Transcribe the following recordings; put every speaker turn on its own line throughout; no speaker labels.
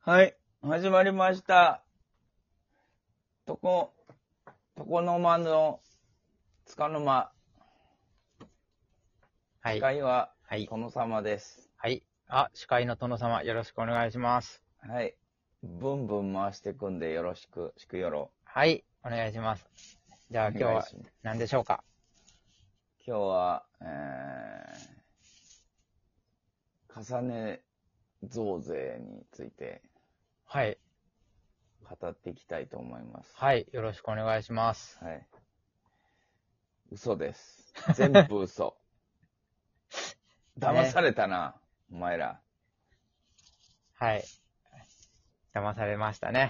はい、始まりました。床の間のつかの間。
はい。
司会は、
はい。
殿様です。
はい。司会の殿様、よろしくお願いします。
はい。ブンブン回していくんでよろしく、しくよろ。
はい。お願いします。じゃあ
お
今日は
願いします。
何でしょうか？
今日は、重ね増税について
はい。
語っていきたいと思います。
はい。よろしくお願いします。
はい。嘘です。全部嘘。騙されたな、お前ら。
はい。騙されましたね。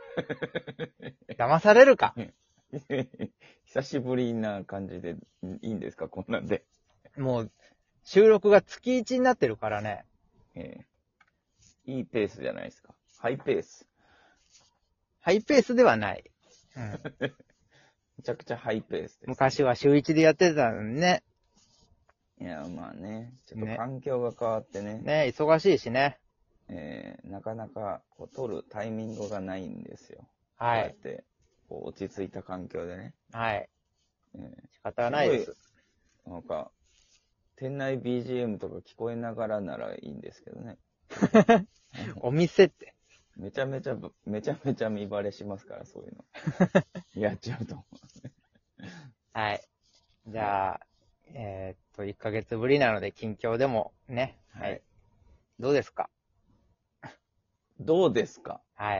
騙されるか。
久しぶりな感じでいいんですか、こんなんで。
もう、収録が月1になってるからね。
いいペースじゃないですか。ハイペース。
ハイペースではない。うん。
めちゃくちゃハイペースです。
昔は週1でやってたのにね。
いや、まあね、ちょっと環境が変わってね、
ね、忙しいしね。
なかなかこう撮るタイミングがないんですよ。
はい。
こうやってこう落ち着いた環境でね。
はい。仕方が
すごい、
ないです。
なんか、店内 BGM とか聞こえながらならいいんですけどね。
お店って。
めちゃめちゃ見バレしますから、そういうの。やっちゃうと。
はい。じゃあ、1ヶ月ぶりなので近況でもね。
はい。
どうですか？
どうですか？
はい。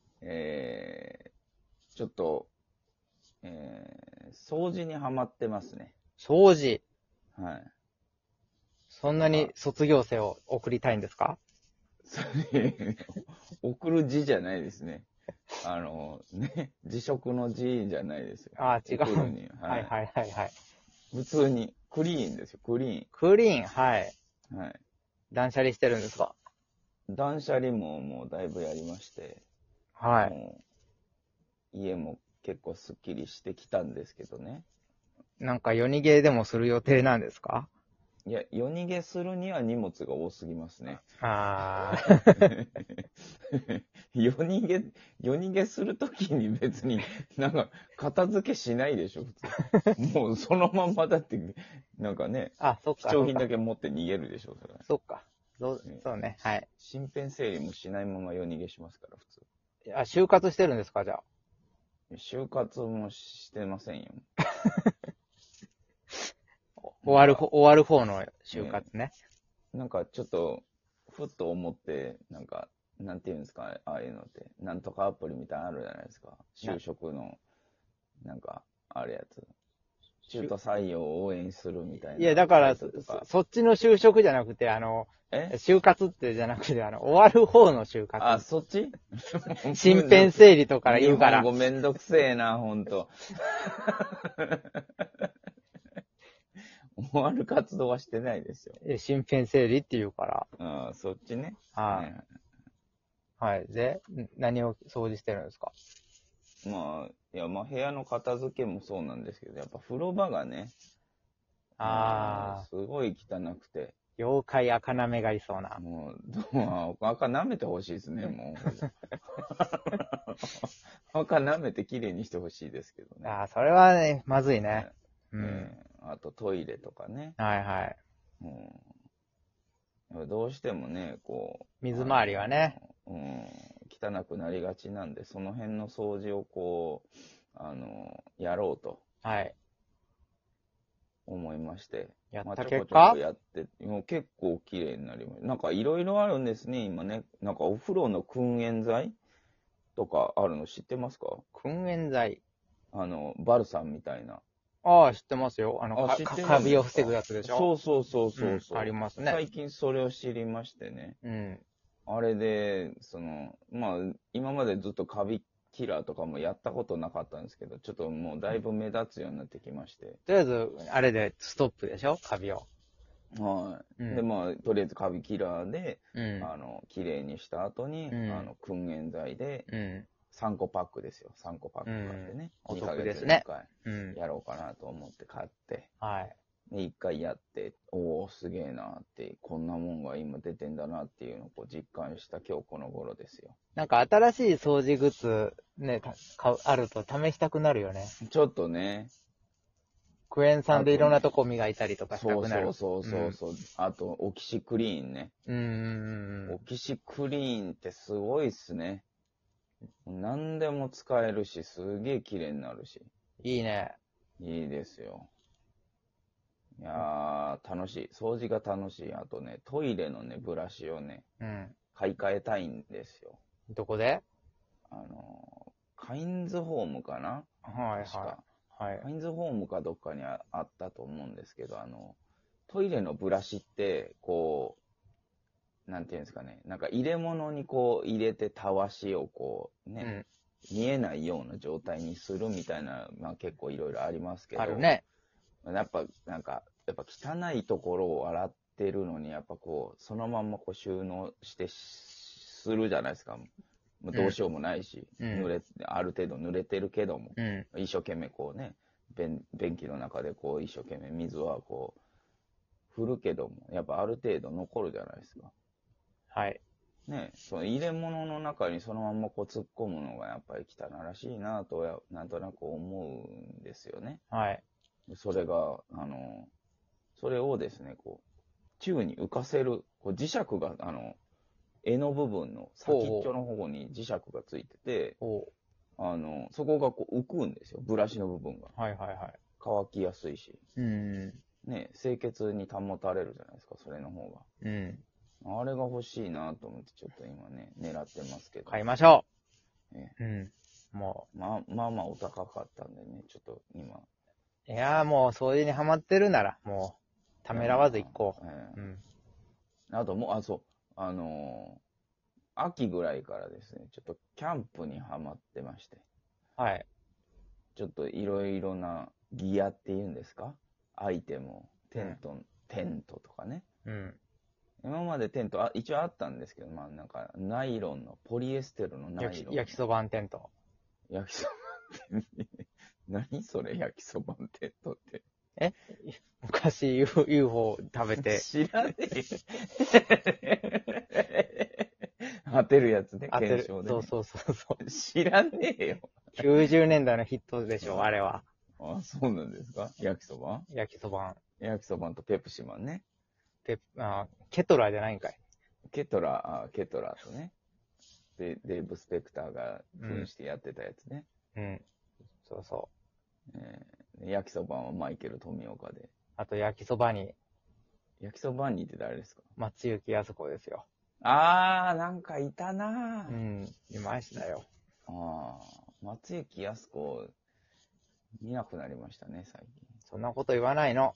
ちょっと、掃除にはまってますね。
掃除。
はい。
そんなに卒業生を送りたいんですか？
それ、送る字じゃないですね。辞職の字じゃないですよ。
違う。
送るに。
はい。はいはいはい。
普通に、クリーンですよ、クリ
クリーン、はい。
ーン。はい。
断捨離してるんですか？
断捨離ももうだいぶやりまして、
はい。
もう、家も結構スッキリしてきたんですけどね。
なんか夜逃げでもする予定なんですか？
いや、夜逃げするには荷物が多すぎますね。夜逃げするときに別になんか片付けしないでしょ、普通。もうそのまんまだって、なんかね、
そっ
貴
かそっか。
重品だけ持って逃げるでしょ、それ。
そっか。そうね。はい。
身辺整理もしないまま夜逃げしますから、普通。
就活してるんですか、じゃあ。
就活もしてませんよ。
終わる方の就活ね。
なんかちょっと、ふっと思って、なんか、なんていうんですか、ああいうのって。なんとかアプリみたいなのあるじゃないですか。就職の、なんか、あるやつ。中途採用を応援するみたい
いや、
な
だから、
サイトとか。
そっちの就職じゃなくて、就活ってじゃなくて、終わる方の就活。
そっち
身辺整理とか言うから。
日本語めんどくせえな、ほんと。終わる活動はしてないですよ。
身辺整理って言うから。
そっちね。
はい。で、何を掃除してるんですか？
まあ部屋の片付けもそうなんですけど、やっぱ風呂場がね、すごい汚くて。
妖怪赤なめがいそうな。
赤舐めてほしいですね、もう。赤舐めて綺麗にしてほしいですけどね。
それはね、まずいね。
あとトイレとかね。
はいはい。
どうしてもね、こう。
水回りはね。
汚くなりがちなんで、その辺の掃除をこう、やろうと。
はい。
思いまして。
やった
ちょ
結果
こちょこやって、もう結構綺麗になりました。なんかいろいろあるんですね、今ね。なんかお風呂の燻煙剤とかあるの知ってますか？
燻煙剤。
バルサンみたいな。
知ってますよ。
知ってるんですか？
カビを防ぐやつでしょ？
そう。
ありますね。
最近それを知りましてね。
うん。
あれで、今までずっとカビキラーとかもやったことなかったんですけど、ちょっともうだいぶ目立つようになってきまして。
とりあえず、あれでストップでしょ？カビを。
はい。で、とりあえずカビキラーで、綺麗にした後に、燻煙剤で、3個パックですよ。3個パック買ってね。
お
2ヶ
得です
月に1
ね。
回やろうかなと思って買って。
はい。
で、一回やって、おー、すげえなって、こんなもんが今出てんだなっていうのをこう実感した今日この頃ですよ。
なんか新しい掃除グッズね、あると試したくなるよね。
ちょっとね、
クエン酸
あとね、
でいろんなとこ磨いたりとかした
そう
くなる。
そうそうそうそう、あと、オキシクリーンね。オキシクリーンってすごいっすね。何でも使えるし、すげえ綺麗になるし。
いいね。
いいですよ。いやー、楽しい。掃除が楽しい。あとね、トイレのね、ブラシをね、
うん。
買い替えたいんですよ。
どこで？
カインズホームかな
はい
確か。
はい。はい。
カインズホームかどっかにあったと思うんですけど、トイレのブラシって、こう、なんていうんですかね、なんか入れ物にこう入れてたわしをこうね、
うん。
見えないような状態にするみたいな、まあ結構いろいろありますけど、
あるね。
やっぱなんか、やっぱ汚いところを洗ってるのに、やっぱこう、そのまんまこう収納してするじゃないですか。もうどうしようもないし、ある程度濡れてるけども、
うん。
一生懸命こうね、便器の中でこう一生懸命水はこう、振るけども、やっぱある程度残るじゃないですか。
はい。
ね、その入れ物の中にそのまんまこう突っ込むのがやっぱり汚らしいなと、なんとなく思うんですよね。
はい。
それが、それをですね、こう、宙に浮かせる、こう磁石が、柄の部分の先っちょの方に磁石がついてて、そこがこう浮くんですよ、ブラシの部分が。
はいはいはい。
乾きやすいし。
うん。
ね、清潔に保たれるじゃないですか、それの方が。
うん。
あれが欲しいなと思って、ちょっと今ね、狙ってますけど。
買いましょう。
ね、
うん。も
まあお高かったんでね、ちょっと今。
う。いやーもう掃除にハマってるなら、もう、ためらわず行こう。うん。
あともう、そう、秋ぐらいからですね、ちょっとキャンプにハマってまして。
はい。
ちょっといろいろなギアっていうんですか、アイテム、テントとかね。
うん。
今までテント、一応あったんですけど、まあなんか、ナイロンの、ポリエステルのナイロンの。
焼きそばんテント。
焼きそばって、何それ、焼きそばテントって。
え昔 UFO 食べて。
知らねえ。当てるやつね、
当てる。
検証で、ね。
そう。
知らねえよ。
90年代のヒットでしょ、あれは。
そうなんですか、焼きそば
焼きそばん。
焼きそばとペプシマンね。
ケトラじゃないんかい。
ケトラとね。デーブ・スペクターが扮してやってたやつね。
うん。そうそう。
焼きそばはマイケル富岡で。
あと焼きそばに。
焼きそばにって誰ですか？
松雪靖子ですよ。
なんかいたな
うん。いましたよ。
松雪靖子、見なくなりましたね、最近。
そんなこと言わないの。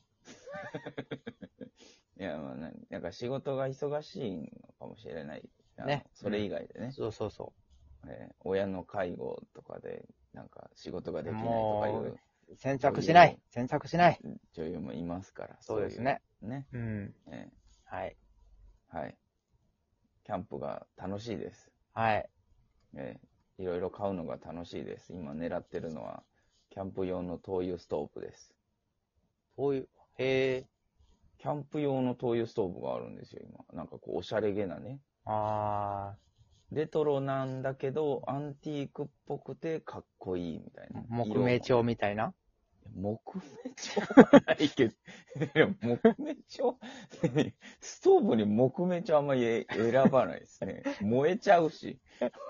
いや、まあ、なんか仕事が忙しいのかもしれない。
ね。
それ以外でね。
そう。
親の介護とかで、なんか仕事ができないとかいう。
先着しない。
女優もいますから。
そうですね。
ね。
うん。はい。
はい。キャンプが楽しいです。
はい。
いろいろ買うのが楽しいです。今狙ってるのは、キャンプ用の灯油ストーブです。
へえ。
キャンプ用の灯油ストーブがあるんですよ、今。なんかこう、おしゃれげなね。レトロなんだけど、アンティークっぽくてかっこいいみたいな。
木目調みたいな。
木目調はないけど、木目調ストーブに木目調あんまり選ばないですね。燃えちゃうし。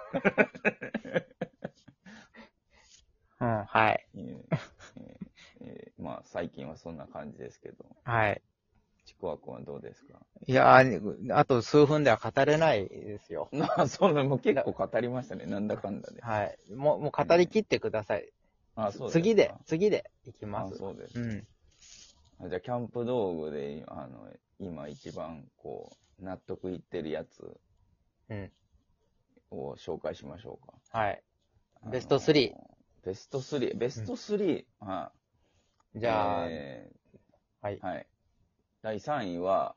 はい。
まあ、最近はそんな感じですけど。
はい。
ちくわくんはどうですか？
いやー、あと数分では語れないですよ。
そうね、もう結構語りましたね、なんだかんだで。
はい。もう語り切ってください。
そうですか。
次でいきます。
そうです。じゃあ、キャンプ道具で、今一番、こう、納得いってるやつを紹介しましょうか。
はい。ベスト3。
ベスト 3。
じゃあ、
はい。第3位は、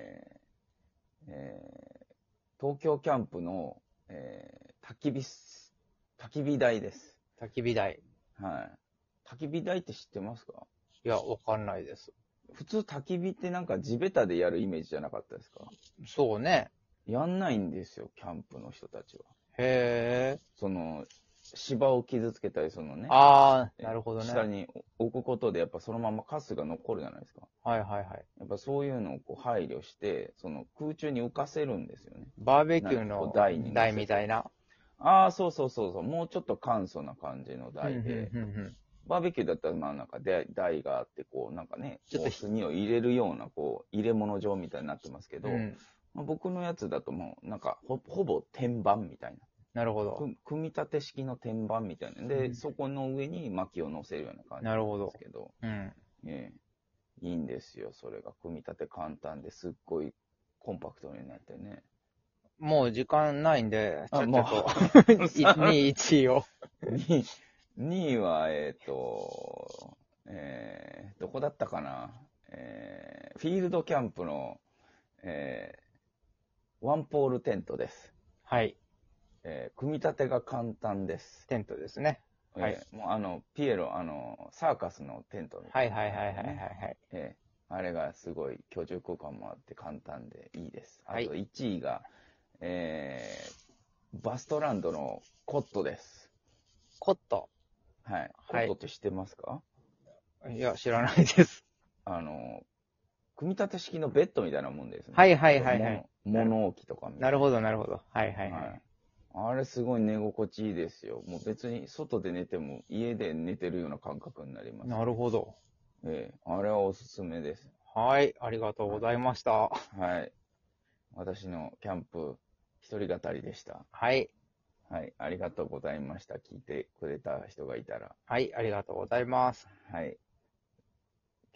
東京キャンプの、焚き火台です。
焚き火台。
はい。焚き火台って知ってますか？
いや、わかんないです。
普通焚き火ってなんか地べたでやるイメージじゃなかったですか？
そうね。
やんないんですよ、キャンプの人たちは。
へえ。
その、芝を傷つけたり、そのね、
ああ、なるほどね。
下に置くことで、やっぱそのままカスが残るじゃないですか。
はいはいはい。
やっぱそういうのをこう配慮して、その空中に浮かせるんですよね。
バーベキュー
こ
の
う台に乗せ
台
て
みたいな。
ああ、そうそうそうそう。もうちょっと簡素な感じの
ふんふん
台で、
ふんふん。
バーベキューだったらまあなんか台があって、こうなんかね、
ちょっと
こう炭を入れるような、こう入れ物状みたいになってますけど、
うん。
まあ、僕のやつだともうなんかほぼ天板みたいな。
なるほど。
組み立て式の天板みたいな。で、そこの上に薪を乗せるような感じなんですけど、
うん。
えいいんですよ。それが組み立て簡単ですっごいコンパクトになってね。
もう時間ないんで、ち
あ、もう、
ょっと、2、1を。
2位は、どこだったかな。フィールドキャンプの、ワンポールテントです。
はい。
組み立てが簡単です。
テントですね。はい。
もうピエロ、サーカスのテントみた
はい
いな、
はいはいはいはい
ね。
はい。
あれがすごい居住空間もあって簡単でいいです。あ
はい
と1位が、バストランドのコットです。
コット。
はい。コ
はい
ットって知ってますか？
いや、知らないです。
組み立て式のベッドみたいなもんですね。
はいはいはいはい。
物置とかみたいな。
なるほどなるほど。はいはいは
はいい。あれすごい寝心地いいですよ。もう別に外で寝ても家で寝てるような感覚になります、
なるほど。
あれはおすすめです。
はい。ありがとうございました。
はい。私のキャンプ一人語りでした。
はい。
はい。ありがとうございました。聞いてくれた人がいたら。
はい。ありがとうございます。
はい。